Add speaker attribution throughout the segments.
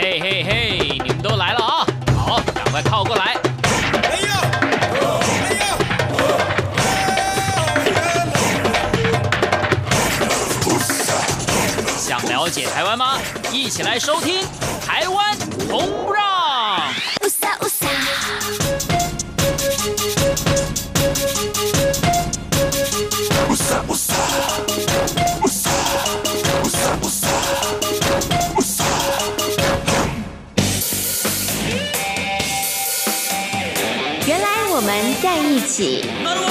Speaker 1: 嘿嘿嘿，你们都来了啊！好，赶快靠过来。想了解台湾吗？一起来收听《台湾红不让》。
Speaker 2: 原来我们在一起。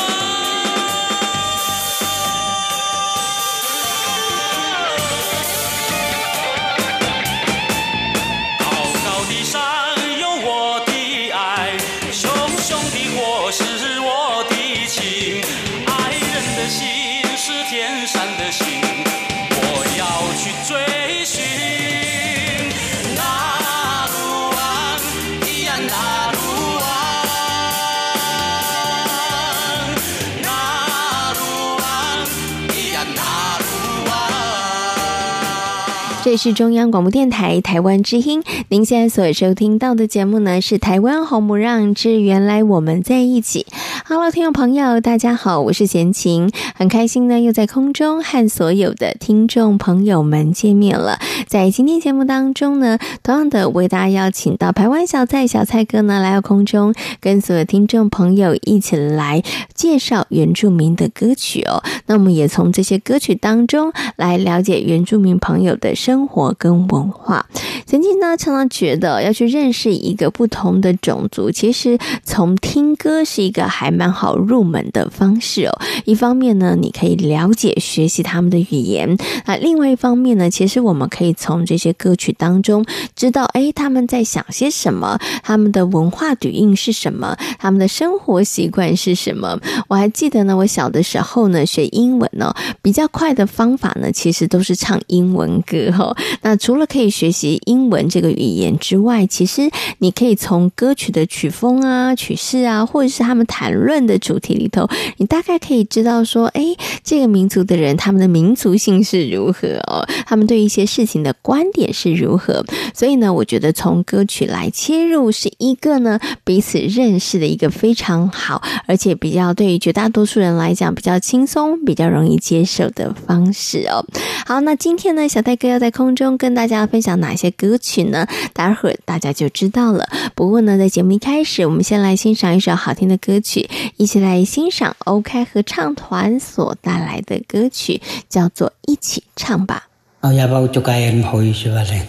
Speaker 3: 这是中央广播电台台湾之音，您现在所收听到的节目呢是台湾红不让之原来我们在一起。Hello， 听众朋友，大家好，我是贤琴，很开心呢，又在空中和所有的听众朋友们见面了。在今天节目当中呢，同样的为大家邀请到台湾小蔡哥呢来到空中，跟所有听众朋友一起来介绍原住民的歌曲哦。那我们也从这些歌曲当中来了解原住民朋友的生活跟文化。曾经呢，常常觉得要去认识一个不同的种族，其实从听歌是一个还蛮好入门的方式哦。一方面呢，你可以了解学习他们的语言，另外一方面呢，其实我们可以从这些歌曲当中知道，他们在想些什么，他们的文化底蕴是什么，他们的生活习惯是什么。我还记得呢，我小的时候呢，学英文哦，比较快的方法呢，其实都是唱英文歌哦。那除了可以学习英文这个语言之外，其实你可以从歌曲的曲风啊、曲式啊，或者是他们谈论的主题里头，你大概可以知道说，这个民族的人他们的民族性是如何哦，他们对一些事情的观点是如何。所以呢，我觉得从歌曲来切入是一个呢彼此认识的一个非常好，而且比较对于绝大多数人来讲比较轻松、比较容易接受的方式哦。好，那今天呢，小戴哥要在空中跟大家分享哪些歌曲呢？待会儿大家就知道了。不过呢，在节目一开始，我们先来欣赏一首好听的歌曲，一起来欣赏 OK 合唱团所带来的歌曲，叫做《一起唱吧》。
Speaker 4: Yabaw tukayan hoy siwale.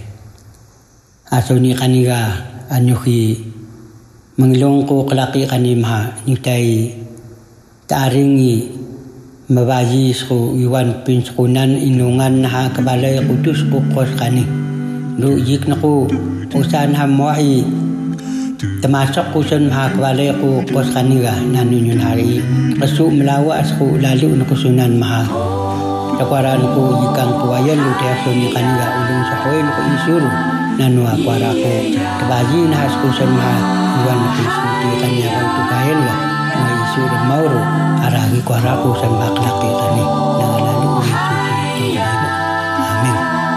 Speaker 4: Aso ni kaniga anyuhi manglong ko kalaki kanimha nitay taringi mabayi ko iwan pinskunan inungan na kabalay kutus ko kos kani. Lu yik na ko usan hamuhi tamasok ko san mahakabalay ko kos kaniga nanun yun hari. Kasu malawa as ko lalo na kusunan maha. Takwara ko ikang kuwayan lu teaso ni kaniga ulung sa hoy ko isuru nanu akwara ko kabayi na has ko san maha iwan ko isuti kanya ko tukayan ga na isuru mauro aragi kwara ko san baklaki kani nangalalo ko isuti ito. Amen.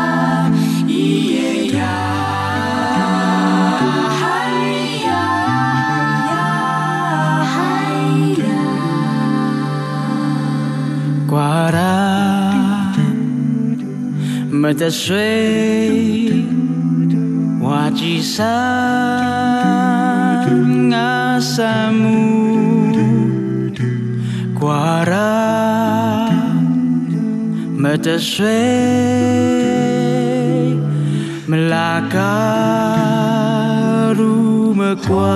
Speaker 5: Kwara matasway wajisan asamu Kwara matasway melakaru mekwa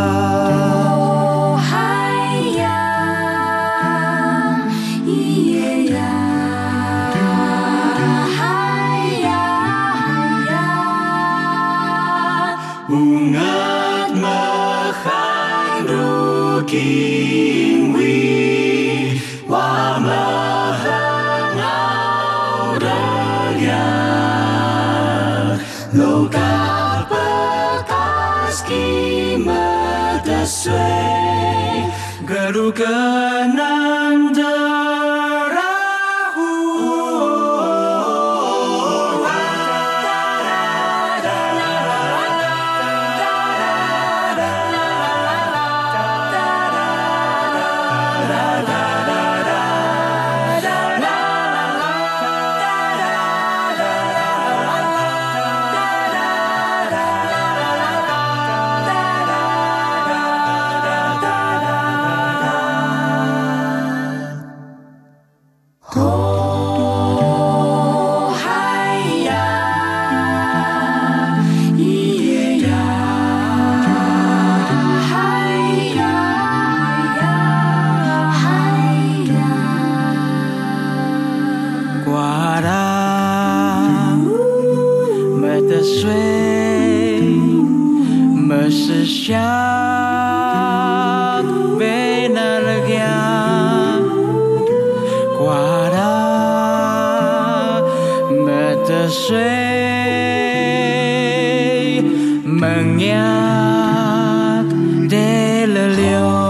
Speaker 5: Ungat mahayro kingwi wa mahangaw raya loka bekas kimataswe garukanan darahu 水，mesesyak benalagyan kuara metesui mengiat delelio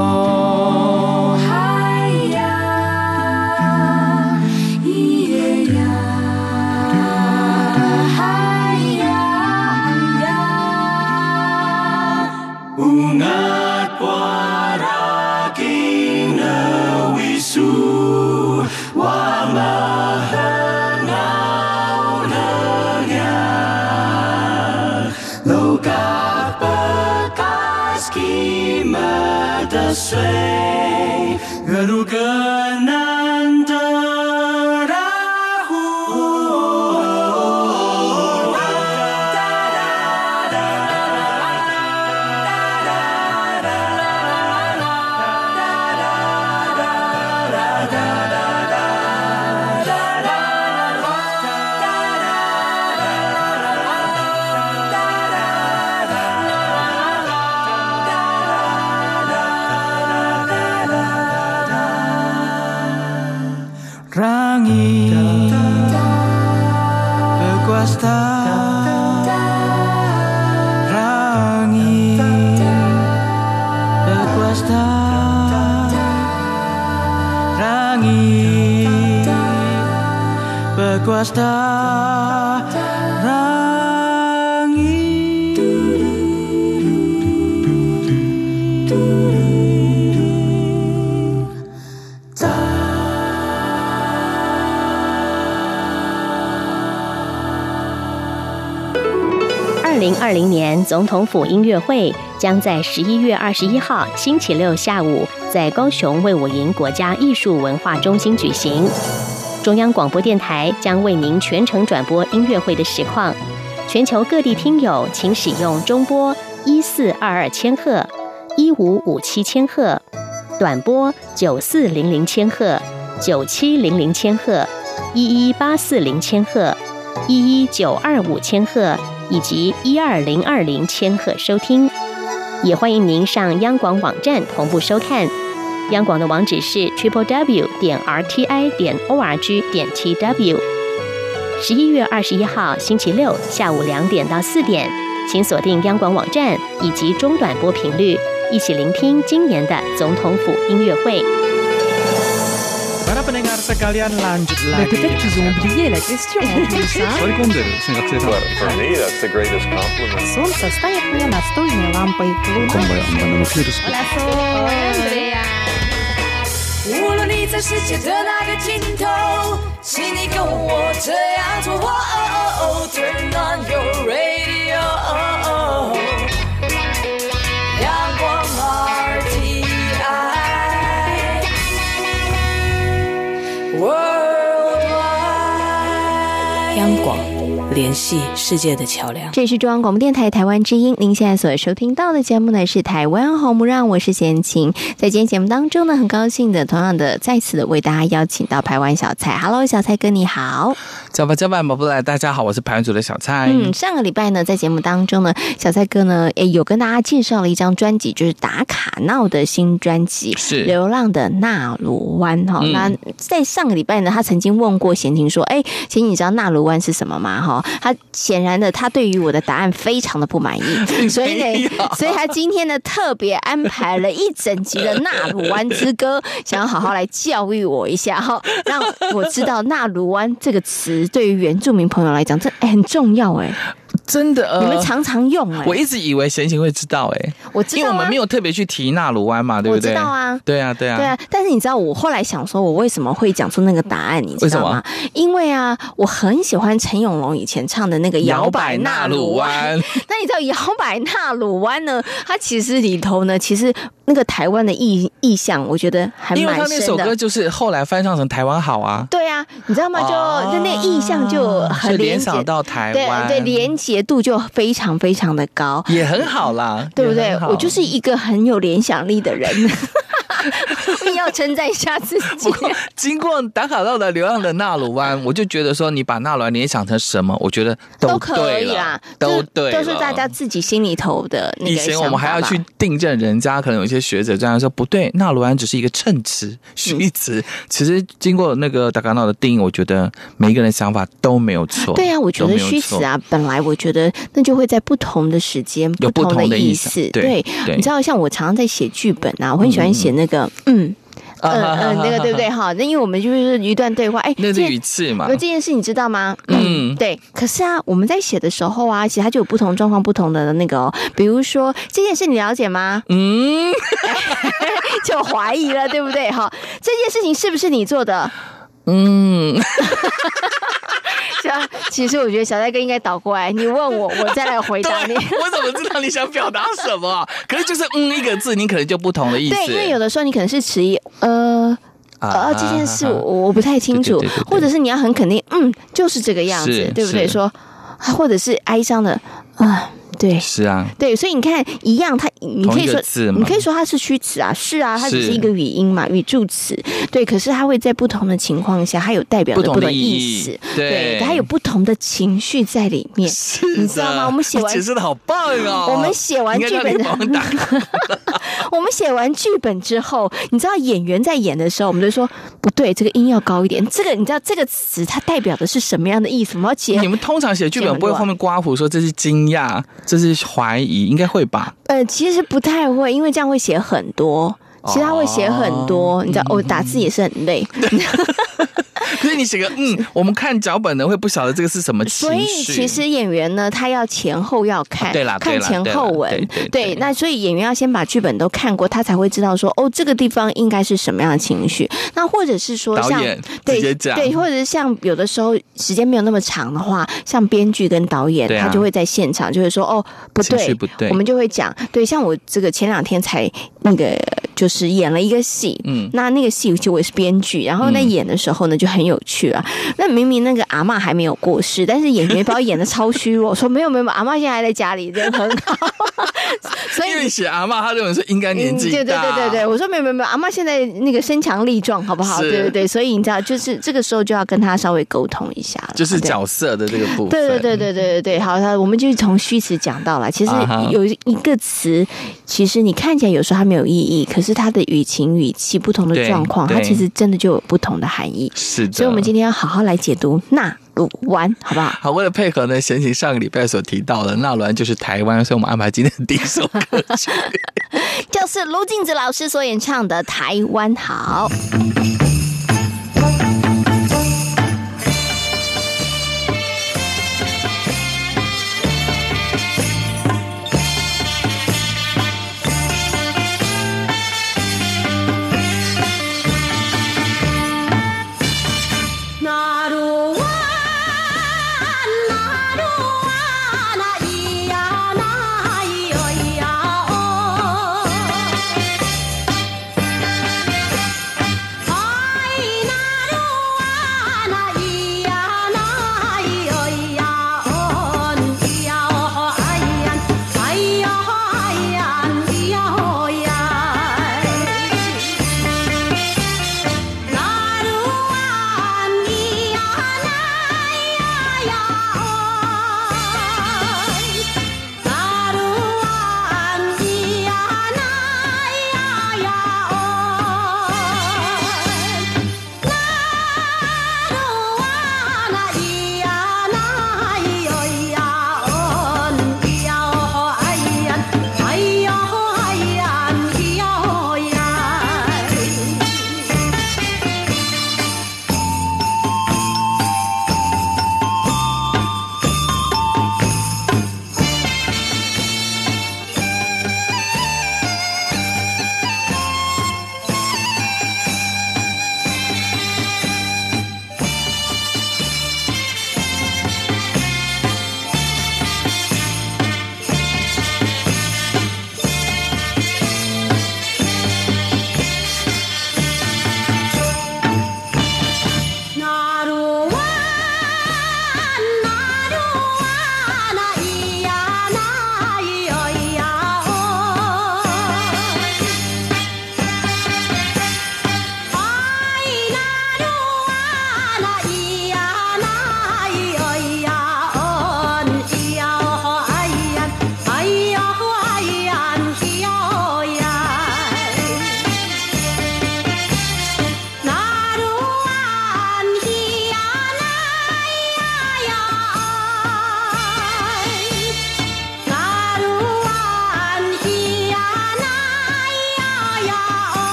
Speaker 5: ungat waraging nawisu wa mahangau lagyan lokat bekas kimadasway geruganan rangi berkuasa rangi berkuasa rangi berkuasa
Speaker 6: 2020年总统府音乐会将在11月21号星期六下午在高雄卫武营国家艺术文化中心举行。中央广播电台将为您全程转播音乐会的实况。全球各地听友请使用中波1422千赫、1557千赫、短波9400千赫、9700千赫、11840千赫、11925千赫以及12020千赫收听，也欢迎您上央广网站同步收看。央广的网址是 www.rti.org.tw。11月21号星期六下午2点到4点，请锁定央广网站以及中短波频率，一起聆听今年的总统府音乐会。
Speaker 5: Para pendengar sekalian, lanjut lagi.
Speaker 7: Peut-être qu'ils ont oublié la question en plus, hein?
Speaker 5: For me,
Speaker 8: that's the greatest compliment.
Speaker 7: Солнце стоит мне настольной лампой. Луна.
Speaker 9: 无论你在世界的哪个尽头，请你跟我这样做。Turn on your radio， 阳光 RTI。Worldwide，
Speaker 10: 央广联系世界的桥梁。
Speaker 3: 这里是中央广播电台台湾之音，您现在所收听到的节目呢是台湾红不让，我是贤琴。在今天节目当中呢，很高兴的同样的再次的为大家邀请到排湾小菜。Hello， 小菜哥你好。
Speaker 11: 加班宝不来，大家好，我是排湾组的小菜。
Speaker 3: 上个礼拜呢，在节目当中呢，小菜哥呢，有跟大家介绍了一张专辑，就是达卡闹的新专辑，
Speaker 11: 是
Speaker 3: 《流浪的纳鲁湾》哈。那在上个礼拜呢，他曾经问过贤琴说：“贤琴，你知道纳鲁湾是什么吗？”哈，他显然的，他对于我的答案非常的不满意，所以他今天呢，特别安排了一整集的《纳鲁湾之歌》，想要好好来教育我一下哈，让我知道纳鲁湾这个词对于原住民朋友来讲，这很重要哎。
Speaker 11: 真的，
Speaker 3: 你们常常用哎、
Speaker 11: 我一直以为贤琴会知道哎，
Speaker 3: 我知道、啊，
Speaker 11: 因为我们没有特别去提纳鲁湾嘛，对不对？
Speaker 3: 我知道啊，
Speaker 11: 对啊。
Speaker 3: 但是你知道，我后来想说，我为什么会讲出那个答案？你知道吗？因为啊，我很喜欢陈永龙以前唱的那个《摇摆纳鲁湾》。那你知道《摇摆纳鲁湾》呢？它其实里头呢，其实那个台湾的意象，我觉得还蛮深的。
Speaker 11: 因为他那首歌就是后来翻唱成台湾好啊。
Speaker 3: 对啊，你知道吗？就那个意象就很
Speaker 11: 联想到台湾，
Speaker 3: 对，连结度就非常非常的高，
Speaker 11: 也很好啦，
Speaker 3: 对不对？我就是一个很有联想力的人。硬要要称赞一下自己。
Speaker 11: 不过经过打卡到的流浪的纳鲁湾，我就觉得说你把纳鲁湾联想成什么，我觉得
Speaker 3: 都可以啦，
Speaker 11: 都对了，
Speaker 3: 都是大家自己心里头的那个想法吧。
Speaker 11: 以前我们还要去订正人家，可能有一些学者这样说不对，纳鲁湾只是一个称词、虚词。其实经过那个达卡纳的定义，我觉得每一个人想法都没有错。
Speaker 3: 对啊，我觉得虚词啊，本来我觉得那就会在不同的时间
Speaker 11: 有不同的
Speaker 3: 意思。对，你知道，像我常常在写剧本啊，我很喜欢写那个那个对不对哈？那因为我们就是一段对话，
Speaker 11: 那是语气嘛。
Speaker 3: 这件事你知道吗？对。可是啊，我们在写的时候啊，其实它就有不同状况、不同的那个比如说这件事你了解吗？就怀疑了，对不对哈？这件事情是不是你做的？其实我觉得小戴哥应该倒过来，你问我，我再来回答你。
Speaker 11: 我怎么知道你想表达什么？可是就是一个字，你可能就不同的意思。
Speaker 3: 对，因为有的时候你可能是迟疑，这件事我不太清楚，或者是你要很肯定，就是这个样子，对不对？说，或者是哀伤的，对，
Speaker 11: 是啊，
Speaker 3: 对，所以你看一样，你可以说它是虚词啊，是啊，它只是一个语音嘛，语助词，对，可是它会在不同的情况下，它有代表的不同的意思，对，它有不同的情绪在里面，你知道吗？我们写完
Speaker 11: 解释的好棒哦，
Speaker 3: 我们写完剧本，我们写完剧本之后，你知道演员在演的时候，我们就说不对，这个音要高一点，这个你知道这个词它代表的是什么样的意思？我们要解。
Speaker 11: 你们通常写剧本不会后面刮胡说这是惊讶，这是怀疑，应该会吧？
Speaker 3: 其实不太会，因为这样会写很多。其实他会写很多，你知道，打字也是很累。
Speaker 11: 可是你写个我们看脚本呢会不晓得这个是什么情绪。
Speaker 3: 所以其实演员呢，他要前后要看，
Speaker 11: 对啦，
Speaker 3: 看前后文，对。那所以演员要先把剧本都看过，他才会知道说，这个地方应该是什么样的情绪。那或者是说像，
Speaker 11: 导演直接讲，
Speaker 3: 对，或者是像有的时候时间没有那么长的话，像编剧跟导演，他就会在现场就会说，不对，我们就会讲，对，像我这个前2天才那个就是演了一个戏，那个戏其实我也是编剧，然后在演的时候呢就很有趣啊。那明明那个阿嬷还没有过世，但是演员把我演的超虚弱，说没有，阿嬷现在还在家里，人很好。所以
Speaker 11: 因为写阿嬷，他认为是应该年纪大，
Speaker 3: 对，我说没有，阿嬷现在那个身强力壮，好不好？对，所以你知道，就是这个时候就要跟他稍微沟通一下了，
Speaker 11: 就是角色的这个部分。
Speaker 3: 对，好，我们就从虚词讲到了。其实有一个词，其实你看起来有时候它没有意义，可是它的语情语气不同的状况，它其实真的就有不同的含义。
Speaker 11: 是的，
Speaker 3: 所以我们今天要好好来解读纳鲁湾，好不好？
Speaker 11: 好，为了配合呢，贤琴上个礼拜所提到的纳鲁湾就是台湾，所以我们安排今天的第一首歌曲，
Speaker 3: 就是卢静子老师所演唱的《台湾好》。
Speaker 9: 啊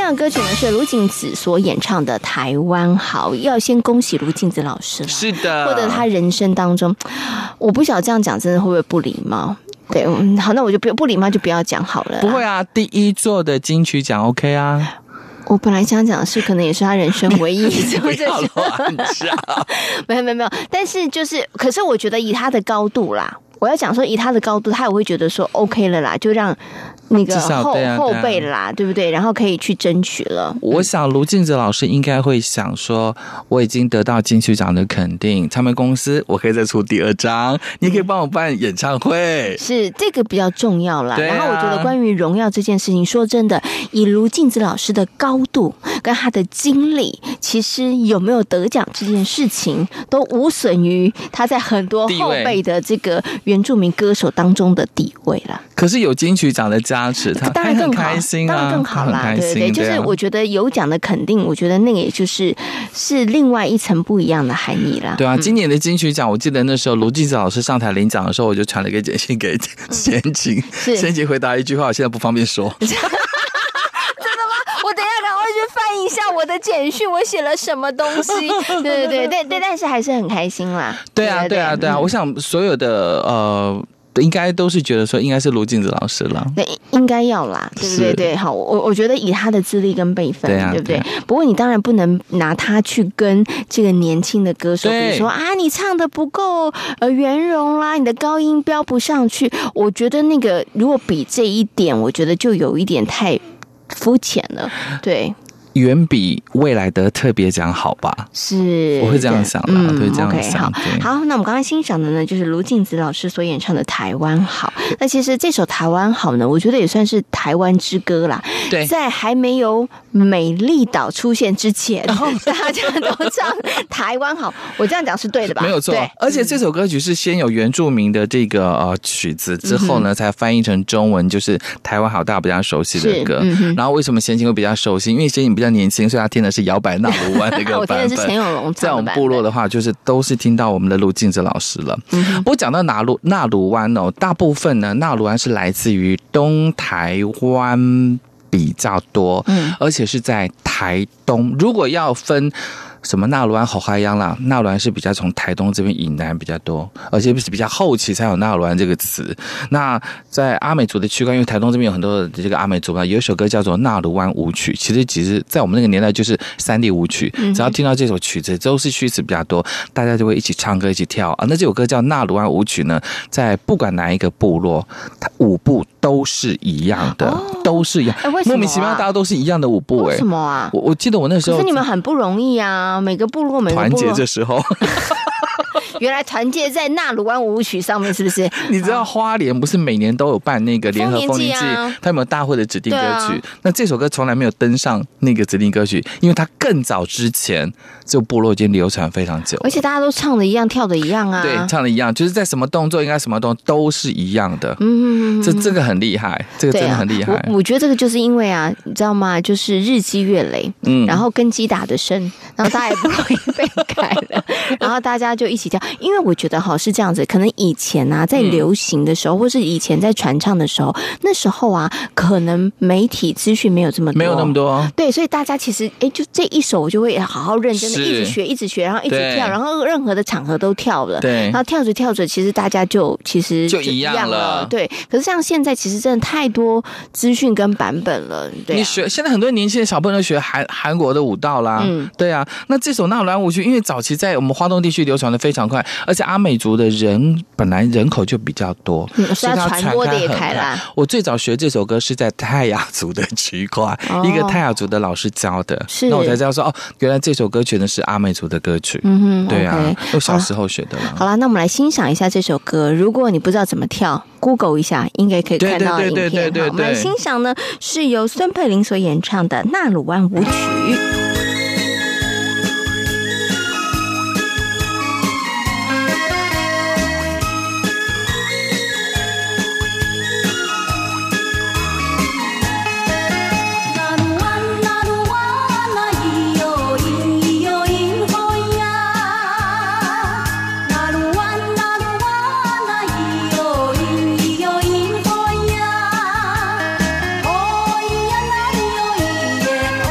Speaker 3: 样的歌曲呢是卢静子所演唱的《台湾好》，要先恭喜卢静子老师啦。
Speaker 11: 是的，
Speaker 3: 或者他人生当中，我不晓得这样讲真的会不会不礼貌。对，好，那我就不礼貌就不要讲好了。
Speaker 11: 不会啊，第一座的金曲奖 OK 啊。
Speaker 3: 我本来想讲的是，可能也是他人生唯一一次。
Speaker 11: 不要乱讲。
Speaker 3: 没有，但是就是，可是我觉得以他的高度啦，我要讲说以他的高度，他也会觉得说 OK 了啦，就让那个后辈啦，对不对？然后可以去争取了。
Speaker 11: 我想卢静子老师应该会想说，我已经得到金曲奖的肯定，唱片公司我可以再出第2张，你可以帮我办演唱会，
Speaker 3: 是这个比较重要啦。
Speaker 11: 对啊，
Speaker 3: 然后我觉得关于荣耀这件事情，说真的，以卢静子老师的高度跟他的经历，其实有没有得奖这件事情，都无损于他在很多后辈的这个原住民歌手当中的地位啦。
Speaker 11: 可是有金曲奖的加持，他
Speaker 3: 当然更好，
Speaker 11: 开心啊，
Speaker 3: 当然更好啦，对
Speaker 11: 对，
Speaker 3: 就是我觉得有奖的肯定，我觉得那个也是另外一层不一样的含义啦。
Speaker 11: 对啊，今年的金曲奖，我记得那时候卢静子老师上台领奖的时候，我就传了一个简讯给贤琴，贤琴回答一句话，我现在不方便说。
Speaker 3: 真的吗？我等一下赶快去翻一下我的简讯，我写了什么东西？对，但是还是很开心啦。
Speaker 11: 对啊，我想所有的应该都是觉得说应该是卢静子老师了，
Speaker 3: 对，应该要啦，对不对？对，好，我觉得以他的资历跟辈分，对不对？不过你当然不能拿他去跟这个年轻的歌手，比如说啊，你唱的不够圆融啦，你的高音飙不上去。我觉得那个如果比这一点，我觉得就有一点太肤浅了，对。
Speaker 11: 远比未来的特别奖好吧？
Speaker 3: 是，
Speaker 11: 我会这样想啦，会这样想。
Speaker 3: 好，那我们刚刚欣赏的呢，就是卢静子老师所演唱的《台湾好》。那其实这首《台湾好》呢，我觉得也算是台湾之歌啦。
Speaker 11: 对，
Speaker 3: 在还没有美丽岛出现之前，大家都唱《台湾好》，我这样讲是对的吧？
Speaker 11: 没有错。而且这首歌曲是先有原住民的这个曲子，之后呢才翻译成中文，就是《台湾好》，大家比较熟悉的歌。然后为什么贤琴会比较熟悉？因为贤琴比较年轻，所以他听的是摇摆纳鲁湾那个版本。
Speaker 3: 我听的是陈永龙唱的版本。
Speaker 11: 在我们部落的话，就是都是听到我们的卢静子老师了。不过讲到纳鲁湾哦，大部分呢纳鲁湾是来自于东台湾比较多，而且是在台东。如果要分什么纳鲁湾、后海洋啦，纳鲁湾是比较从台东这边以南比较多，而且是比较后期才有纳鲁湾这个词。那在阿美族的区块，因为台东这边有很多的这个阿美族嘛，有一首歌叫做《纳鲁湾舞曲》，其实在我们那个年代就是3地舞曲，只要听到这首曲子，都是曲子比较多，大家就会一起唱歌、一起跳啊。那这首歌叫《纳鲁湾舞曲》呢，在不管哪一个部落，舞步都是一样的，都是一样。莫名其妙，大家都是一样的舞步。
Speaker 3: 为什么啊？
Speaker 11: 我记得我那时候，
Speaker 3: 可是你们很不容易啊。每个部落
Speaker 11: 团结这时候
Speaker 3: 原来团结在纳鲁湾舞曲上面，是不是？
Speaker 11: 你知道花莲不是每年都有办那个联合丰年祭，他有没有大会的指定歌曲？那这首歌从来没有登上那个指定歌曲，因为它更早之前这个部落已经流传非常久，
Speaker 3: 而且大家都唱的一样，跳的一样啊。
Speaker 11: 对，唱的一样，就是在什么动作应该什么动作都是一样的。这个很厉害，这个真的很厉害。
Speaker 3: 我觉得这个就是因为啊，你知道吗？就是日积月累，然后根基打得深，然后大家也不容易被改了，然后大家就一起跳。因为我觉得是这样子，可能以前啊在流行的时候，或是以前在传唱的时候，那时候啊可能媒体资讯没有这么多，
Speaker 11: 没有那么多，
Speaker 3: 对，所以大家其实就这一首我就会好好认真的一直学，然后一直跳，然后任何的场合都跳了，
Speaker 11: 对，
Speaker 3: 然后跳着，其实大家就一样了，对。可是像现在其实真的太多资讯跟版本了，对啊。
Speaker 11: 你现在很多年轻的小朋友学韩国的舞蹈啦，对啊。那这首纳鲁湾舞曲，因为早期在我们花东地区流传的非常快，而且阿美族的人本来人口就比较多，
Speaker 3: 所以它传播的也开了。
Speaker 11: 我最早学这首歌是在泰雅族的区块，一个泰雅族的老师教的，那我才知道说原来这首歌曲呢是阿美族的歌曲。对啊，我小时候学的了。
Speaker 3: 好了，那我们来欣赏一下这首歌。如果你不知道怎么跳 ，Google 一下，应该可以看到影片。对，我们来欣赏呢，是由孙佩玲所演唱的《纳鲁湾舞曲》。
Speaker 9: Oh, yeah,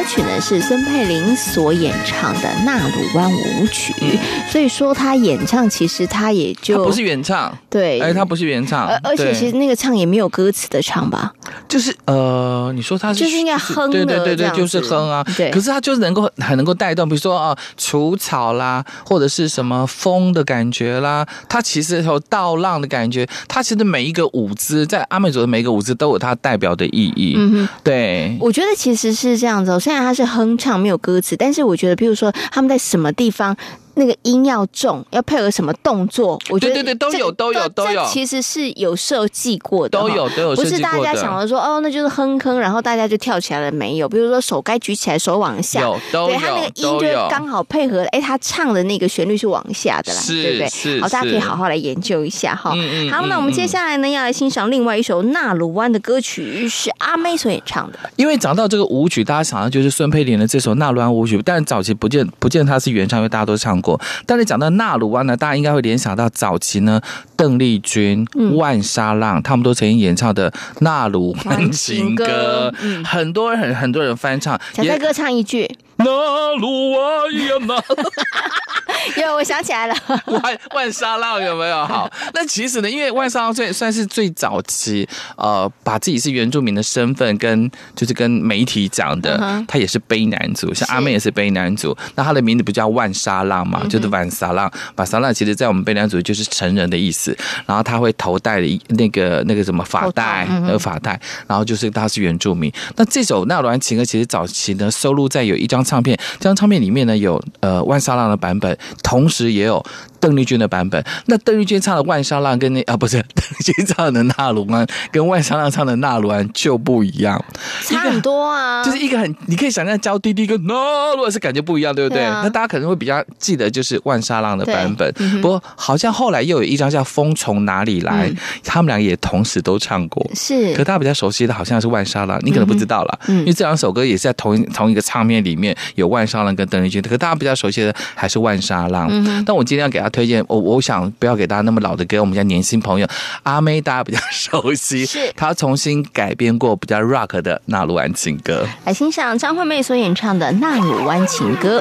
Speaker 3: 曲呢是孙佩玲所演唱的《纳鲁湾舞曲》，所以说他演唱其实他也就
Speaker 11: 他不是原唱，
Speaker 3: 对，
Speaker 11: 他不是原唱，
Speaker 3: 而且其实那个唱也没有歌词的唱吧，
Speaker 11: 就是你说他是
Speaker 3: 就是应该哼的，
Speaker 11: 对，就是哼啊，
Speaker 3: 对。
Speaker 11: 可是他就是很能够带动，比如说除草啦，或者是什么风的感觉啦，他其实有倒浪的感觉，他其实每一个舞姿在阿美族的每一个舞姿都有它代表的意义，对。
Speaker 3: 我觉得其实是这样子虽然他是哼唱没有歌词，但是我觉得，比如说他们在什么地方。那个音要重，要配合什么动作？我觉得
Speaker 11: 对都有，
Speaker 3: 其实是有设计过的，
Speaker 11: 都有设计过的，
Speaker 3: 不是大家想的说那就是哼，然后大家就跳起来了，没有。比如说手该举起来，手往下，对，他那个音就刚好配合，他唱的那个旋律是往下的啦，对不对？
Speaker 11: 是，
Speaker 3: 好，大家可以好好来研究一下哈。好，那我们接下来呢要来欣赏另外一首纳鲁湾的歌曲，是阿妹所演唱的。
Speaker 11: 因为讲到这个舞曲，大家想到就是孙佩玲的这首纳鲁湾舞曲，但早期不见他是原唱，因为大家都唱过。但是讲到纳鲁湾呢，大家应该会联想到早期呢，邓丽君、万沙浪，他们都曾经演唱的《纳鲁湾情歌》，很多人翻唱。
Speaker 3: 小蔡哥唱一句。
Speaker 11: 纳鲁湾呀纳，
Speaker 3: 有我想起来了，
Speaker 11: 万沙浪有没有？好，那其实呢，因为万沙浪算是最早期，把自己是原住民的身份跟媒体讲的，他也是卑南族，像阿妹也是卑南族，那他的名字不叫万沙浪嘛，就是万沙浪。万沙浪其实在我们卑南族就是成人的意思，然后他会头戴那个什么发带，然后就是他是原住民。那这首纳鲁湾情歌其实早期呢收录在有一张唱片，这张唱片里面呢有万沙浪的版本，同时也有邓丽君的版本。那邓丽君唱的万沙浪跟不是邓丽君唱的纳鲁湾跟万沙浪唱的纳鲁湾就不一样，
Speaker 3: 差很多啊。
Speaker 11: 就是一个你可以想象娇滴滴跟纳鲁湾是感觉不一样，对不对？那大家可能会比较记得就是万沙浪的版本，不过好像后来又有一张叫《风从哪里来》，他们俩也同时都唱过，
Speaker 3: 是。
Speaker 11: 可大家比较熟悉的好像是万沙浪，你可能不知道了，因为这两首歌也是在同一个唱片里面有万沙浪跟邓丽君，可大家比较熟悉的还是万沙浪。但我今天要给他推荐，我想不要给大家那么老的歌，我们家年轻朋友阿妹大家比较熟悉，是他重新改编过比较 rock 的纳鲁湾情歌，
Speaker 3: 来欣赏张惠妹所演唱的《纳鲁湾情歌》。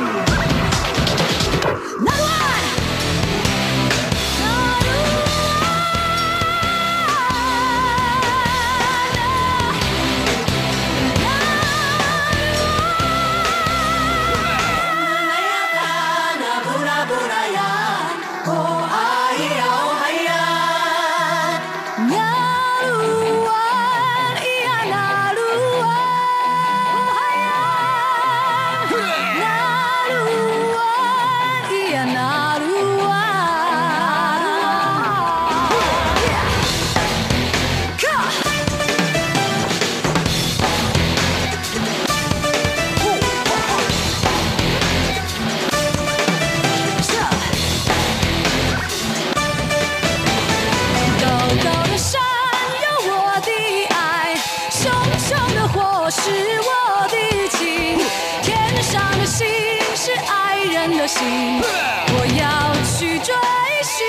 Speaker 9: 我要去追寻。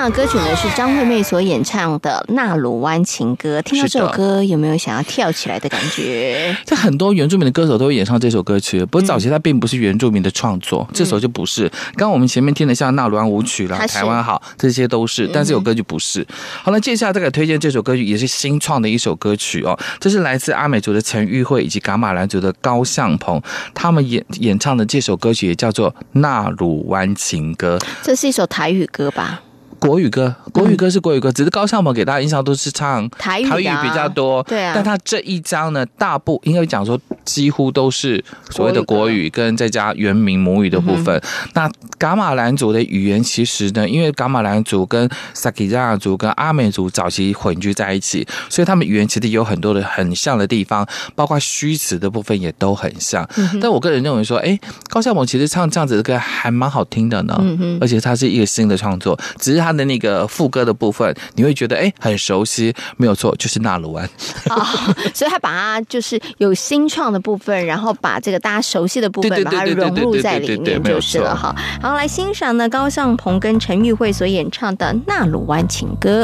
Speaker 3: 的歌曲呢是张惠妹所演唱的《纳鲁湾情歌》。听到这首歌，有没有想要跳起来的感觉？
Speaker 11: 这很多原住民的歌手都会演唱这首歌曲，不过早期它并不是原住民的创作，这首就不是。刚刚我们前面听的像纳鲁湾舞曲啦、台湾好，这些都是，但这首歌曲不是。好了，接下来再给推荐这首歌曲，也是新创的一首歌曲哦，这是来自阿美族的陈玉慧以及噶玛兰族的高向鹏，他们演唱的这首歌曲也叫做《纳鲁湾情歌》。
Speaker 3: 这是一首台语歌吧？
Speaker 11: 国语歌是国语歌，只是高向鹏给大家印象都是唱台语比较多，
Speaker 3: 对啊。
Speaker 11: 但他这一张呢，大部应该讲说几乎都是所谓的国语跟再加原民母语的部分。那噶玛兰族的语言其实呢，因为噶玛兰族跟萨基加亚族跟阿美族早期混居在一起，所以他们语言其实有很多的很像的地方，包括虚词的部分也都很像。但我个人认为说，高向鹏其实唱这样子的歌还蛮好听的呢，而且他是一个新的创作，只是他的那个副歌的部分，你会觉得很熟悉，没有错，就是纳鲁湾。
Speaker 3: 所以他把它就是有新创的部分，然后把这个大家熟悉的部分把它融入在里面就是了哈。好，来欣赏呢高向鹏跟陈玉慧所演唱的《纳鲁湾情歌》。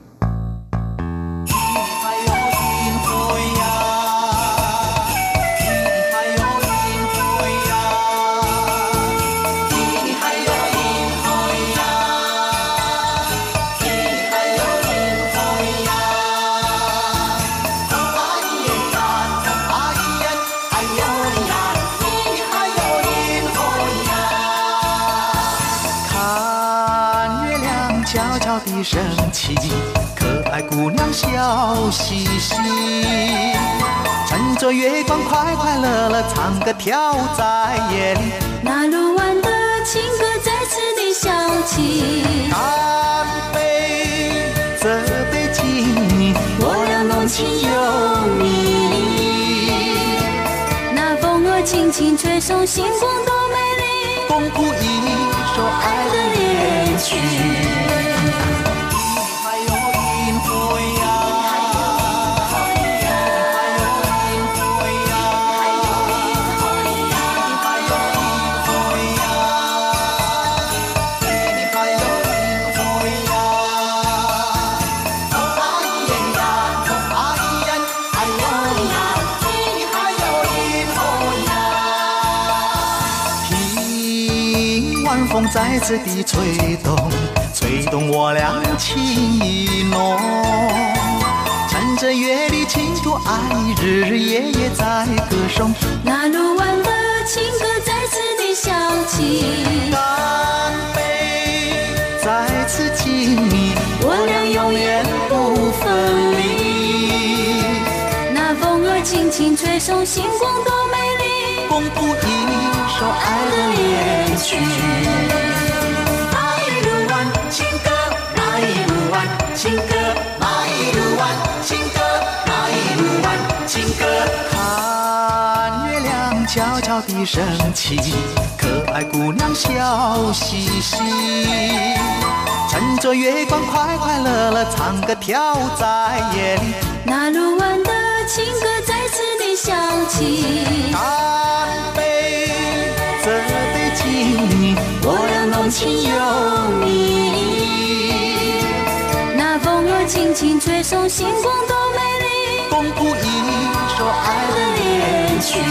Speaker 5: 的升起，可爱姑娘笑嘻嘻，趁着月光快快乐乐唱歌跳在夜里。
Speaker 9: 纳鲁湾的情歌再次地响起，
Speaker 5: 干杯，这杯敬你，
Speaker 9: 我俩浓情有你。那风儿轻轻吹送，星光多美丽，
Speaker 5: 共谱一首爱的恋曲。风再次地吹动我俩情意浓，趁着月里轻度爱意，日日夜夜在歌颂。
Speaker 9: 纳鲁湾的情歌再次地响起，
Speaker 5: 干杯，再次敬你，
Speaker 9: 我俩永远不分离。那风儿轻轻吹送，星光多美丽，
Speaker 5: 共谱一首爱的恋曲。
Speaker 9: 情歌，马伊鲁湾情歌，马伊鲁湾情歌。
Speaker 5: 看月亮悄悄地升起，可爱姑娘笑嘻嘻，趁着月光快快乐乐唱歌跳在夜里。
Speaker 9: 纳鲁湾的情歌再次地响起，
Speaker 5: 干杯，这杯敬你，
Speaker 9: 我俩浓情有你。风儿轻轻吹送，星光多美丽，
Speaker 5: 共谱一首爱的恋曲。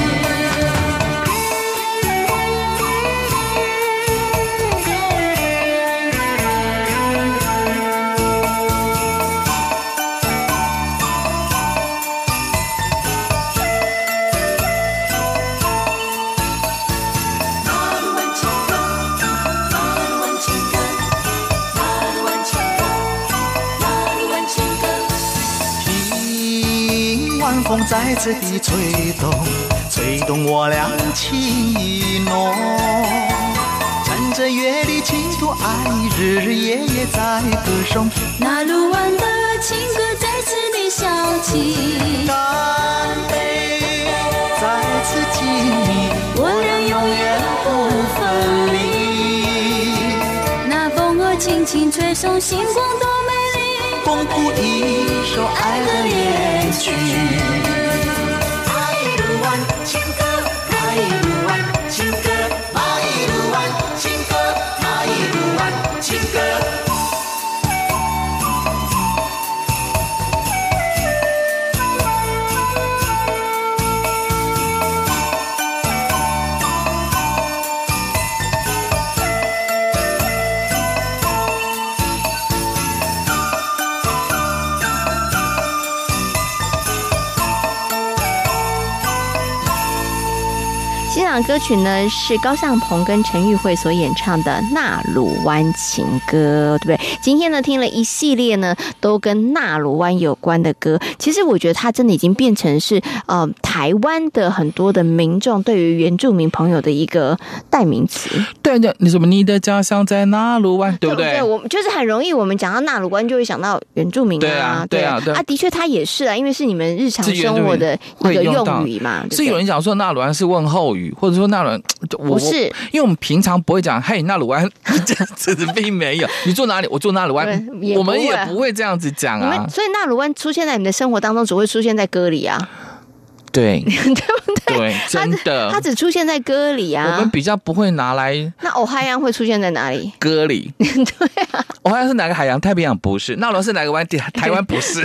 Speaker 5: 风再次地吹动我俩情意浓，趁着月里轻度爱意，日日夜夜在歌颂。
Speaker 9: 纳鲁湾的情歌再次地响起，
Speaker 5: 干杯，再次敬你，
Speaker 9: 我俩永远不分离。那风儿轻轻吹送，星光多美丽，
Speaker 5: 共谱一首爱的恋曲。
Speaker 9: 情歌，马伊鲁湾情歌，马伊鲁湾情歌，马伊鲁湾情歌。
Speaker 3: 欣赏歌曲呢是高向鹏跟陈玉慧所演唱的《纳鲁湾情歌》，对不对？今天呢听了一系列呢都跟纳鲁湾有关的歌，其实我觉得它真的已经变成是台湾的很多的民众对于原住民朋友的一个代名词。
Speaker 11: 对的，你什么你的家乡在纳鲁湾，对不对？
Speaker 3: 对，我们就是很容易，我们讲到纳鲁湾就会想到原住民啊，对啊，的确它也是啊，因为是你们日常生活的一个用语嘛。
Speaker 11: 是有人讲说纳鲁湾是问候语，或者说纳鲁湾
Speaker 3: 不是，
Speaker 11: 因为我们平常不会讲嘿纳鲁湾这样子，并没有。你住哪里？我住纳鲁湾，我们也不会这样子讲啊。
Speaker 3: 所以纳鲁湾出现在你的生活当中，只会出现在歌里啊。
Speaker 11: 对，
Speaker 3: 对不对？
Speaker 11: 对，真的，
Speaker 3: 它只出现在歌里啊。
Speaker 11: 我们比较不会拿来。
Speaker 3: 那欧海洋会出现在哪里？
Speaker 11: 歌里。
Speaker 3: 对啊。
Speaker 11: 欧海洋是哪个海洋？太平洋不是。纳鲁湾是哪个湾？台湾不是。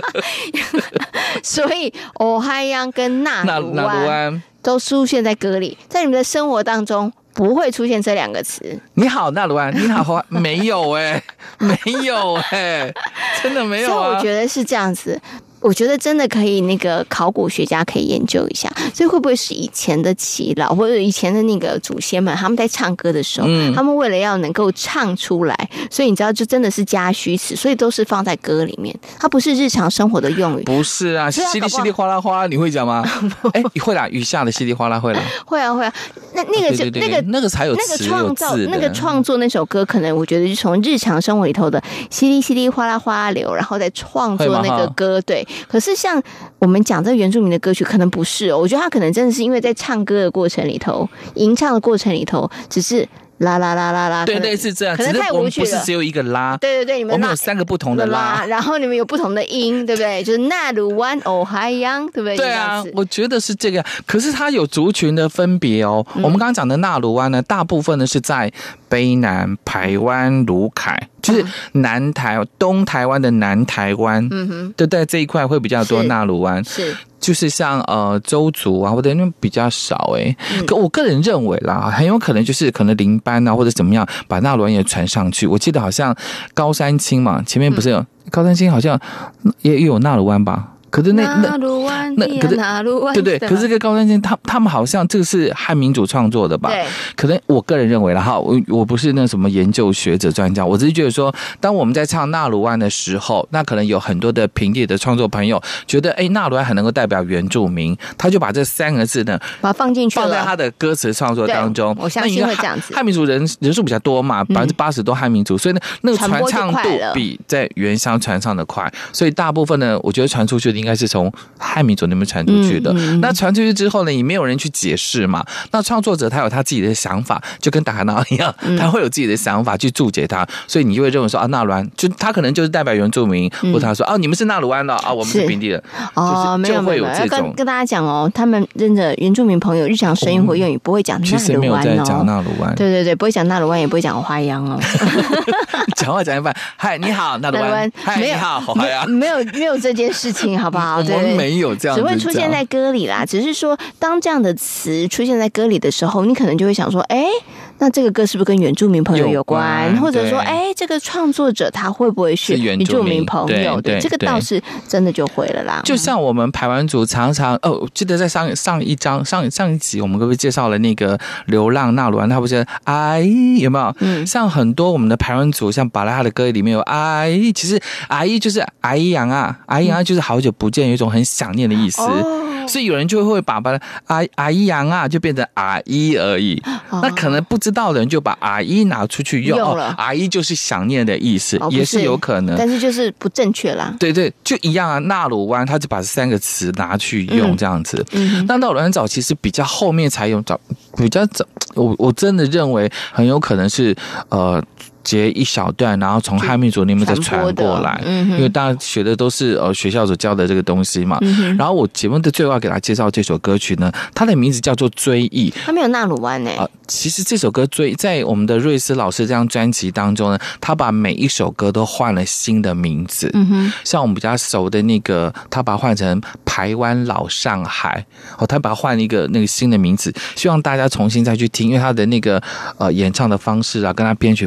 Speaker 3: 所以欧海洋跟纳鲁湾都出现在歌里，在你们的生活当中不会出现这两个词。你
Speaker 11: 好，纳鲁湾，你好，没有没有真的没有啊。
Speaker 3: 所以我觉得是这样子。我觉得真的可以，那个考古学家可以研究一下，所以会不会是以前的耆老或者以前的那个祖先们，他们在唱歌的时候，他们为了要能够唱出来，所以你知道，就真的是加虚词，所以都是放在歌里面，它不是日常生活的用语。
Speaker 11: 不是啊，稀里稀里哗啦哗啦，你会讲吗？你会啦，雨下的稀里哗啦会啦。会啊。那个才有词有字的。那个创作那首歌，可能我觉得就从日常生活里头的稀里稀里哗啦哗啦流，然后再创作那个歌，对。可是像我们讲这个原住民的歌曲，可能不是我觉得他可能真的是因为在唱歌的过程里头，吟唱的过程里头，只是啦啦啦啦啦，对，类似这样，可能太无趣了。不是只有一个拉，对，你们我们有3个不同的拉，然后你们有不同的音，对不对？就是纳鲁湾、欧海洋，对不对？对啊，我觉得是这个。可是它有族群的分别哦。我们刚刚讲的纳鲁湾呢，大部分呢是在卑南、排湾、鲁凯，就是南台、东台湾的南台湾，对，在这一块会比较多纳鲁湾，是。就是像周族啊，或者那比较少可我个人认为啦，很有可能就是可能邻班啊或者怎么样，把纳鲁湾也传上去。我记得好像高山青嘛，前面不是有高山青，好像也有纳鲁湾吧。可是那可是对，可是这个高山青他们好像这个是汉民族创作的吧？对，可能我个人认为啦哈，我不是那什么研究学者专家，我只是觉得说，当我们在唱纳鲁湾的时候，那可能有很多的平地的创作朋友觉得，纳鲁湾很能够代表原住民，他就把这3个字呢，把它放进去了，放在他的歌词创作当中。我相信会这样子。汉民族人数比较多嘛，80%都汉民族，所以呢，那个传唱度比在原乡传唱的快，所以大部分呢，我觉得传出去的应该是从汉民族那边传出去的。那传出去之后呢，也没有人去解释嘛。那创作者他有他自己的想法，就跟达卡纳一样，他会有自己的想法去注解它，所以你就会认为说纳鲁湾就他可能就是代表原住民，或者他说你们是纳鲁湾的我们是平地的，没有会有这种。跟大家讲他们真的原住民朋友日常生活用语不会讲纳鲁湾，其实没有在讲纳鲁湾，对，不会讲纳鲁湾，也不会讲花样讲话讲一半，嗨，你好，纳鲁湾，嗨，你好，花样，没有这件事情，好不好？我们没有这样子，只会出现在歌里啦。只是说，当这样的词出现在歌里的时候，你可能就会想说，那这个歌是不是跟原住民朋友有关？或者说，这个创作者他会不会是原住民朋友？对，这个倒是真的就会了啦。就像我们排湾族常常记得在上一集我们各位介绍了那个流浪纳鲁湾，他不是有没有？像很多我们的排湾族，像巴拉哈的歌里面有其实就是阿姨洋啊，阿姨洋就是好久不见，有一种很想念的意思。所以有人就会把阿姨洋啊就变成阿姨而已，那可能不知道的人就把阿姨拿出去用了，阿姨就是想念的意思，也是有可能，但是就是不正确啦。对，就一样啊，纳鲁湾他就把3个词拿去用这样子。那纳鲁湾早期是比较后面才用，比较早，我真的认为很有可能是截一小段，然后从汉民族那边再传过来，因为大家学的都是学校所教的这个东西嘛。然后我节目的最后给大家介绍这首歌曲呢，它的名字叫做《追忆》，它没有纳鲁湾其实这首歌在我们的瑞斯老师这张专辑当中呢，他把每一首歌都换了新的名字。像我们比较熟的那个，他把它换成排湾老上海，他把它换一个那个新的名字，希望大家重新再去听，因为他的那个演唱的方式啊，跟他编曲方式不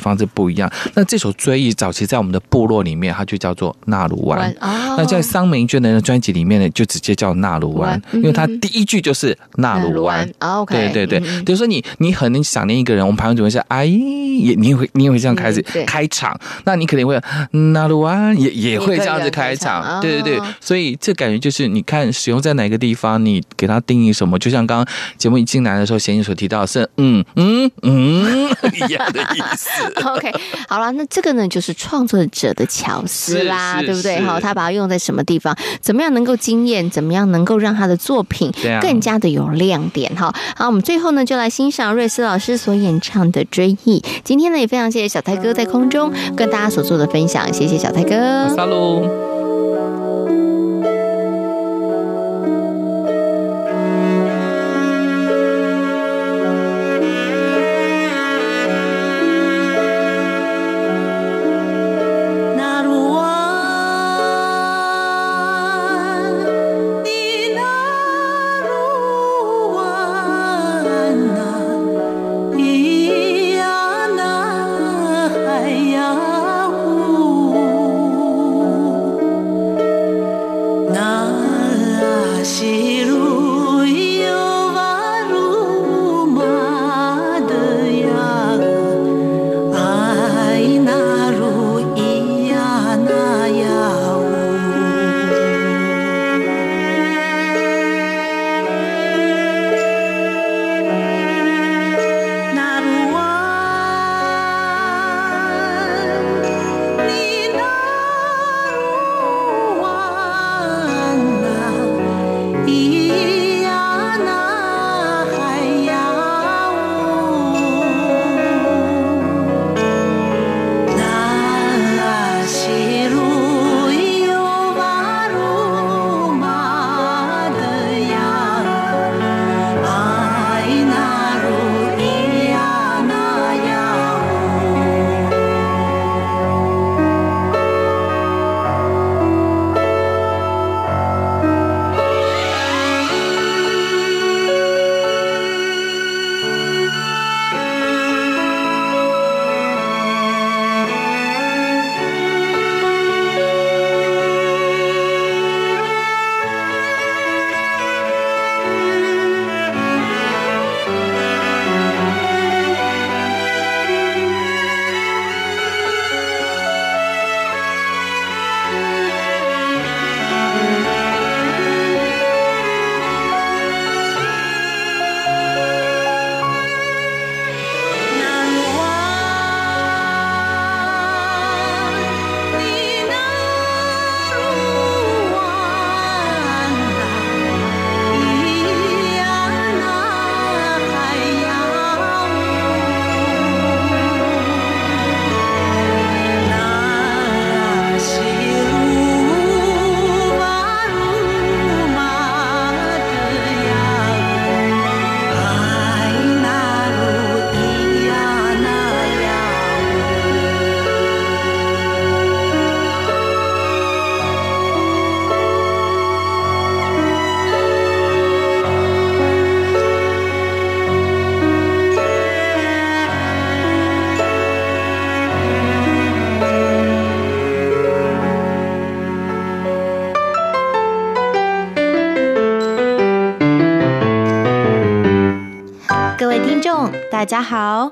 Speaker 11: 不一样。那这首追忆早期在我们的部落里面，它就叫做纳鲁湾。那在桑梅娟的专辑里面呢，就直接叫纳鲁湾，因为它第一句就是纳鲁湾。对对对，比如说你很想念一个人，我们台湾就会说哎，你也会这样开始开场。那你肯定会纳鲁湾也会这样子开场。对对对，所以这感觉就是你看使用在哪个地方，你给它定义什么，就像刚刚节目一进来的时候，贤妮所提到的是一样的意思。
Speaker 3: OK， 好了，那这个呢就是创作者的巧思啦，对不对？好，他把它用在什么地方，怎么样能够惊艳，怎么样能够让他的作品更加的有亮点。好，我们最后呢就来欣赏瑞斯老师所演唱的《追忆》。今天呢也非常谢谢小泰哥在空中跟大家所做的分享，谢谢小泰哥。
Speaker 11: 撒喽。
Speaker 3: 大家好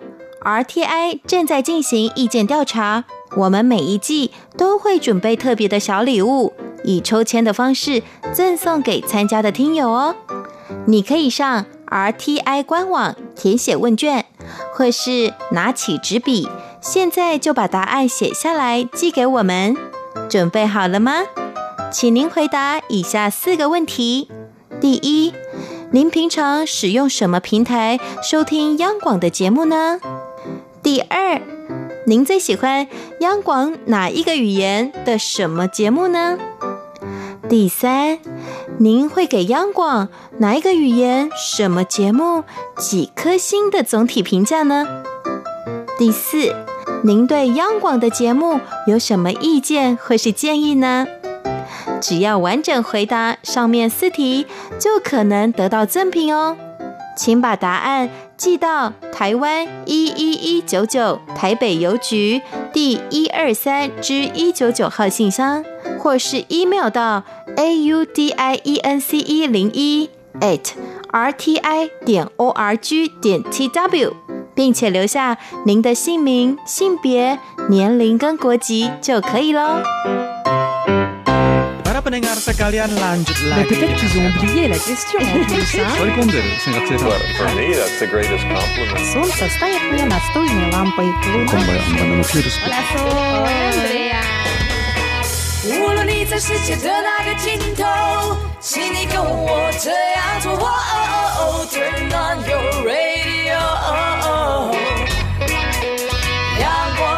Speaker 3: ，RTI 正在进行意见调查，我们每一季都会准备特别的小礼物，以抽签的方式赠送给参加的听友哦。你可以上 RTI 官网填写问卷，或是拿起纸笔，现在就把答案写下来寄给我们。准备好了吗？请您回答以下4个问题。第一，您平常使用什么平台收听央广的节目呢？第二，您最喜欢央广哪一个语言的什么节目呢？第三，您会给央广哪一个语言什么节目几颗星的总体评价呢？第四，您对央广的节目有什么意见或是建议呢？只要完整回答上面4题，就可能得到赠品哦。 请把答案寄到台湾11199台北邮局第123之199号信箱，或是 email 到 audience01@rti.org.tw， 并且留下您的姓名、性别、年龄跟国籍就可以咯。
Speaker 7: Mais peut-être qu'ils ont oublié la question en plus, hein?
Speaker 8: For me, that's the greatest compliment.
Speaker 7: Солнце стоит мне настольной лампой.
Speaker 9: Hola, Andrea. 无论你在世界的哪个尽头，请你跟我这样做。Turn on your radio. 阳光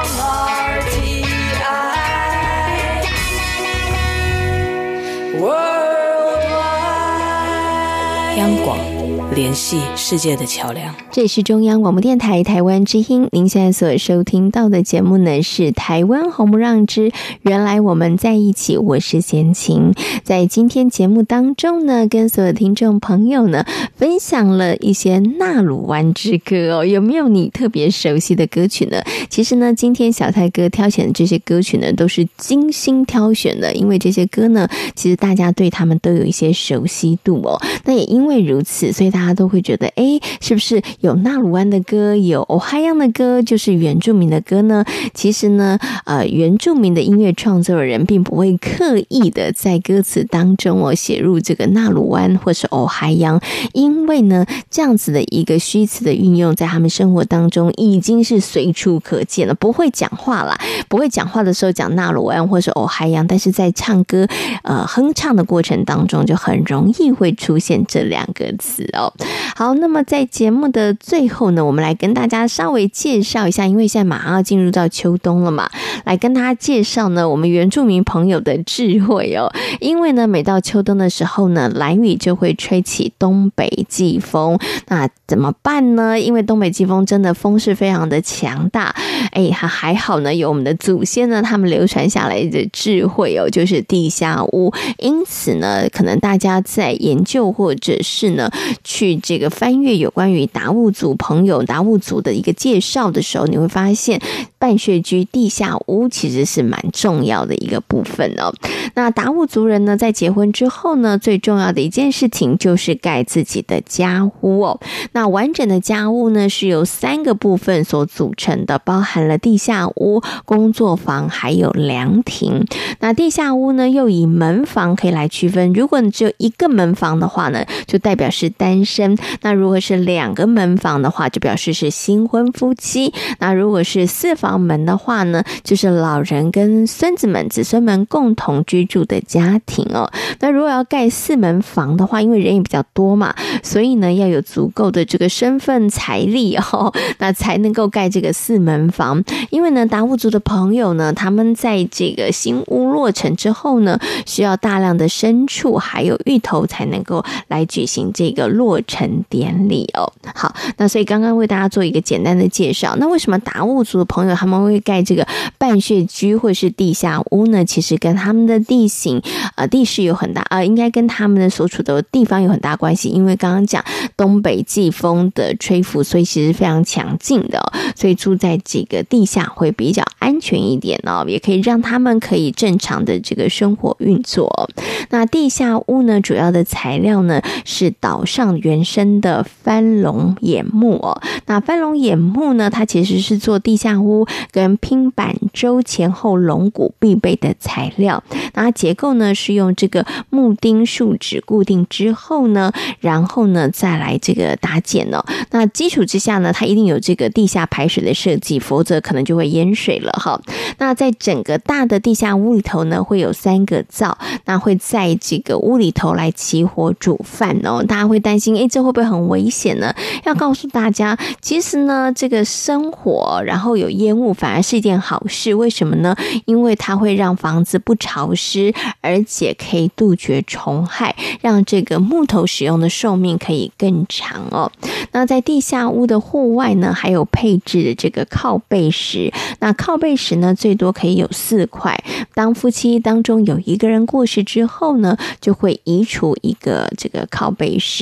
Speaker 9: RTI。
Speaker 10: 央广联系世界的桥梁。
Speaker 3: 这里是中央广播电台台湾之音，您现在所收听到的节目呢是台湾红不让之原来我们在一起，我是贤琴。在今天节目当中呢，跟所有听众朋友呢分享了一些纳鲁湾之歌哦，有没有你特别熟悉的歌曲呢？其实呢，今天小蔡哥挑选的这些歌曲呢，都是精心挑选的，因为这些歌呢，其实大家对他们都有一些熟悉度哦。那也因为如此，所以大家都会觉得，是不是有纳鲁湾的歌，有欧哈洋的歌，就是原住民的歌呢？其实呢，原住民的音乐创作人并不会刻意的在歌词当中写入这个纳鲁湾或是欧哈洋，因为呢，这样子的一个虚词的运用，在他们生活当中已经是随处可见了。不会讲话啦，不会讲话的时候讲纳鲁湾或是欧哈洋，但是在唱歌哼唱的过程当中，就很容易会出现这两个词哦。好，那么在节目的最后呢，我们来跟大家稍微介绍一下，因为现在马上要进入到秋冬了嘛，来跟大家介绍呢我们原住民朋友的智慧哦。因为呢，每到秋冬的时候呢，兰屿就会吹起东北季风，那怎么办呢？因为东北季风真的风势非常的强大，还好呢，有我们的祖先呢，他们流传下来的智慧哦，就是地下屋。因此呢，可能大家在研究或者是呢去这个翻阅有关于达悟族朋友达悟族的一个介绍的时候，你会发现半穴居地下屋其实是蛮重要的一个部分哦。那达悟族人呢，在结婚之后呢，最重要的一件事情就是盖自己的家屋哦。那完整的家屋呢，是由3个部分所组成的，包含了地下屋、工作房还有凉亭。那地下屋呢，又以门房可以来区分，如果你只有一个门房的话呢，就代表是单身；那如果是2个门房的话，就表示是新婚夫妻；那如果是4房门的话呢，就是老人跟孙子们、子孙们共同居住的家庭哦。那如果要盖4门房的话，因为人也比较多嘛，所以呢要有足够的这个身份财力哦，那才能够盖这个4门房。因为呢，达悟族的朋友呢，他们在这个新屋落成之后呢，需要大量的牲畜还有芋头才能够来举行这个落成典礼哦。好，那所以刚刚为大家做一个简单的介绍。那为什么达悟族的朋友他们会盖这个半穴居或是地下屋呢？其实跟他们的地形地势有很大应该跟他们的所处的地方有很大关系。因为刚刚讲东北季风的吹拂，所以其实非常强劲的哦，所以住在这个地下会比较安全一点哦，也可以让他们可以正常的这个生活运作。那地下屋呢，主要的材料呢是岛上原生的番龙眼木哦。那番龙眼木呢，它其实是做地下屋跟拼板舟前后龙骨必备的材料。那它结构呢是用这个木钉树脂固定之后呢，然后呢再来这个搭建哦。那基础之下呢，它一定有这个地下排水的设计，否则可能就会淹水了哈。那在整个大的地下屋里头呢，会有3个灶，那会在这个屋里头来起火煮饭哦。大家会担心，这会不会很危险呢？要告诉大家，其实呢，这个生火然后有烟雾反而是一件好事。为什么呢？因为它会让房子不潮湿，而且可以杜绝虫害，让这个木头使用的寿命可以更长哦。那在地下屋的户外呢，还有配置的这个靠背石。那靠背石呢，最多可以有4块。当夫妻当中有一个人过世之后呢，就会移除一个这个靠背石。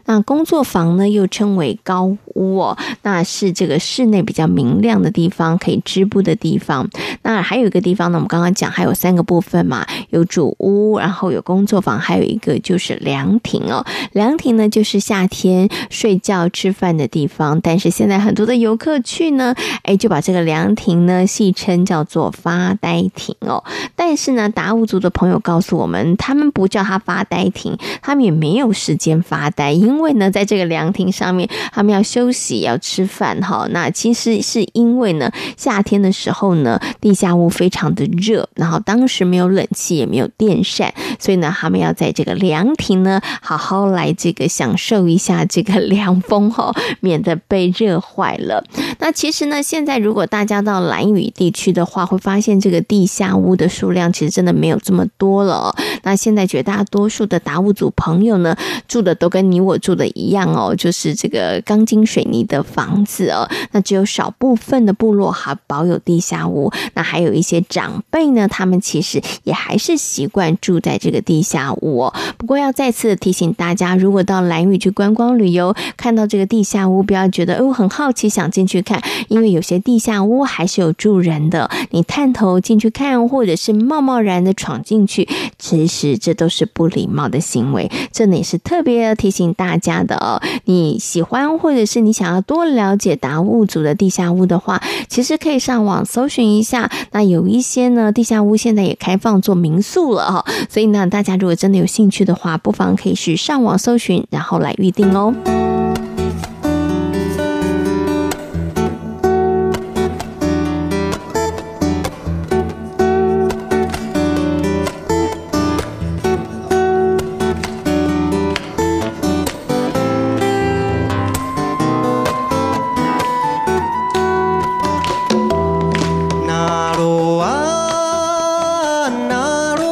Speaker 3: 那工作房呢又称为高屋哦，那是这个室内比较明亮的地方，可以织布的地方。那还有一个地方呢，我们刚刚讲还有3个部分嘛，有主屋，然后有工作房，还有一个就是凉亭哦。凉亭呢就是夏天睡觉吃饭的地方，但是现在很多的游客去呢，就把这个凉亭呢戏称叫做发呆亭哦。但是呢，达悟族的朋友告诉我们，他们不叫它发呆亭，他们也没有时间发呆，因为呢，在这个凉亭上面，他们要休息，要吃饭哈。那其实是因为呢，夏天的时候呢，地下屋非常的热，然后当时没有冷气，也没有电扇，所以呢，他们要在这个凉亭呢，好好来这个享受一下这个凉风哈，免得被热坏了。那其实呢，现在如果大家到兰屿地区的话，会发现这个地下屋的数量其实真的没有这么多了哦。那现在绝大多数的达悟族朋友呢，住的都跟你我住的一样哦，就是这个钢筋水泥的房子哦。那只有少部分的部落还保有地下屋，那还有一些长辈呢，他们其实也还是习惯住在这个地下屋哦。不过要再次的提醒大家，如果到兰屿去观光旅游，看到这个地下屋，不要觉得我很好奇想进去看，因为有些地下屋还是有住人的，你探头进去看，或者是贸贸然的闯进去，其实这都是不礼貌的行为，这也是特别提醒大家的哦。你喜欢或者是你想要多了解达悟族的地下屋的话，其实可以上网搜寻一下，那有一些呢地下屋现在也开放做民宿了哦，所以呢大家如果真的有兴趣的话，不妨可以去上网搜寻，然后来预定哦。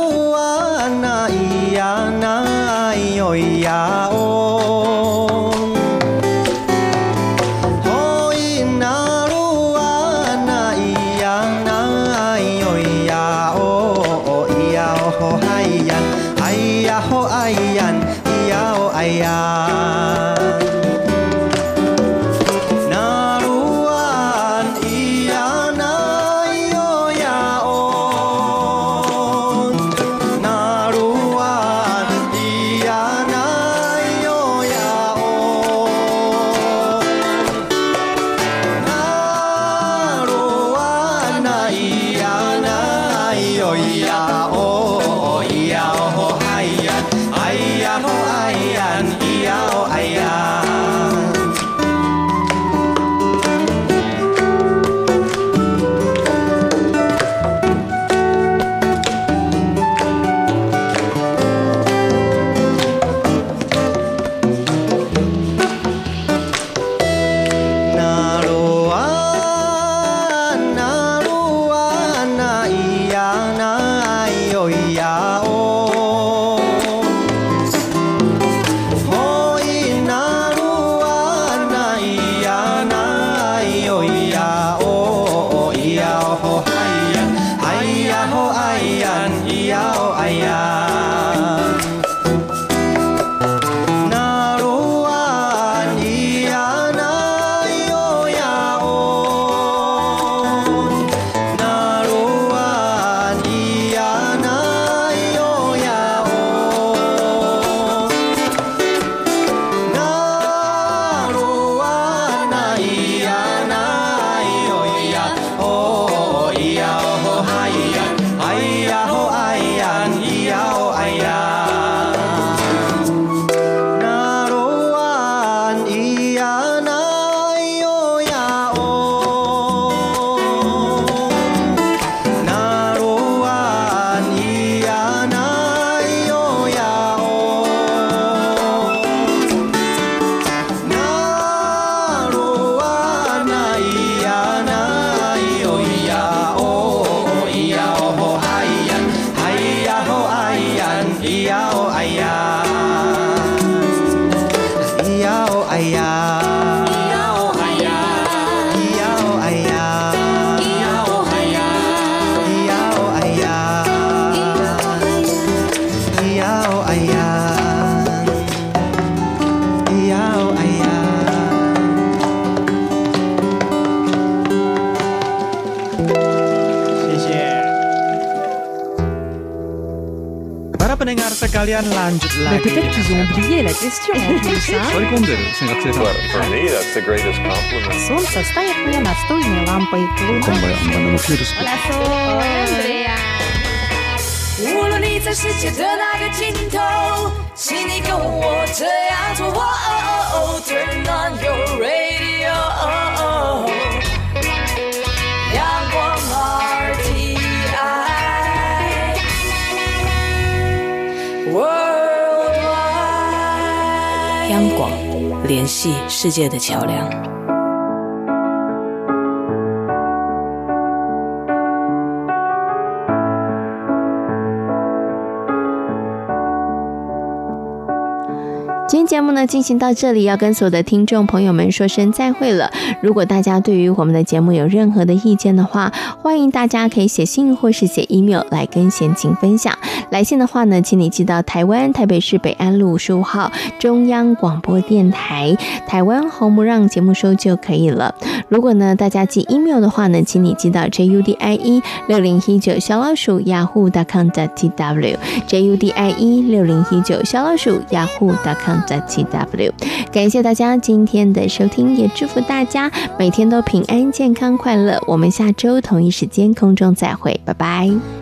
Speaker 12: 呀哦。
Speaker 7: kalian lanjut lagi. Peut-être qu'ils ont oublié la question en plus, hein?
Speaker 8: For me, that's the greatest compliment.
Speaker 7: Солнце станет мне настольной лампой.
Speaker 9: 无论你在世界的哪个尽头，请你跟我这样做。Turn on your radio， 阳光 RTI Worldwide。
Speaker 10: 央广，联系世界的桥梁。
Speaker 3: 今天节目呢进行到这里，要跟所有的听众朋友们说声再会了。如果大家对于我们的节目有任何的意见的话，欢迎大家可以写信或是写 email 来跟贤琴分享。来信的话呢，请你寄到台湾台北市北安路15号中央广播电台台湾红不让节目收就可以了。如果呢大家寄 email 的话呢，请你寄到 judie6019yahoo.com.tw judie6019yahoo.com.tw。 感谢大家今天的收听，也祝福大家每天都平安健康快乐。我们下周同一时间空中再会，拜拜。